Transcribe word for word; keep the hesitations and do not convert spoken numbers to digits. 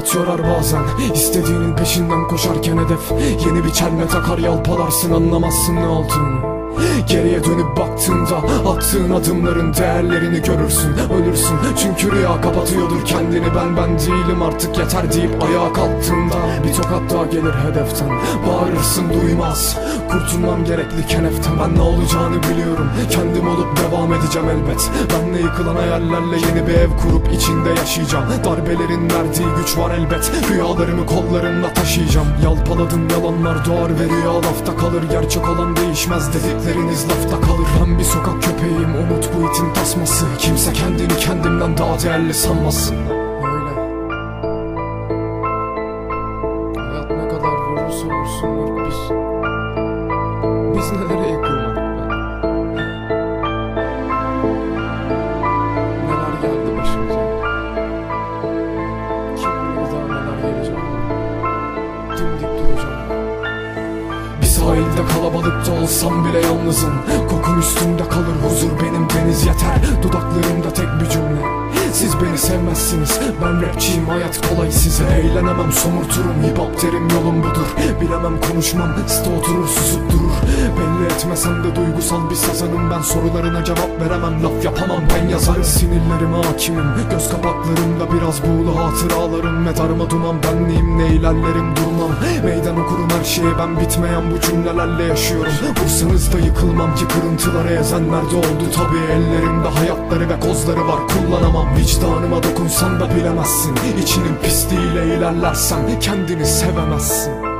Hayat yorar bazen, istediğinin peşinden koşarken hedef yeni bir çelme takar, yalpalarsın, anlamazsın ne olduğunu. Geriye dönüp baktığında attığın adımların değerlerini görürsün. Ölürsün çünkü rüya kapatıyordur kendini. Ben ben değilim artık yeter deyip ayağa kalktığında bir tokat daha gelir hedeften. Bağırırsın duymaz, kurtulmam gerekli keneften. Ben ne olacağını biliyorum, kendim olup devam edeceğim elbet. Benle yıkılan hayallerle yeni bir ev kurup içinde yaşayacağım. Darbelerin verdiği güç var elbet, rüyalarımı kollarımla taşıyacağım. Yalpaladım yalanlar doğar ve rüya lafta kalır. Gerçek olan değişmez dedikleriniz lafta kalır. Ben bir sokak köpeğiyim, umut bu itin tasması. Kimse kendini kendimden daha değerli sanmasın. Öyle. Hayat ne kadar vurursa vursunlar biz Biz nelere yıkılmadık be. Neler geldi başımıza. Kim bilir daha neler gelecek. Dimdik duracağım. Bir sahilde kalabalıkta olsam bile yalnızım. Kokum üstümde kalır, huzur benim deniz yeter. Dudaklarımda tek bir cümle: siz beni sevmezsiniz, ben rapçiyim, hayat kolay size. Eğlenemem, somurturum, hip hop derim, yolum budur. Bilemem konuşmam, site oturur susup durur. Belli etmesem de duygusal bir sazanım ben. Sorularına cevap veremem, laf yapamam, ben yazarım. Sinirlerime hakimim, göz kapaklarımda biraz buğulu hatıralarım. Medarıma duman, benliğim ne ilerlerim durmam. Meydan okurum her şeye ben, bitmeyen bu cümlelerle yaşıyorum. Vursanız da yıkılmam ki kırıntılara ezenler de oldu tabi. Ellerimde hayatları ve kozları var, kullanamam. Vicdanıma dokunsan da bilemezsin, İçinin pisliğiyle ilerlersen kendini sevemezsin.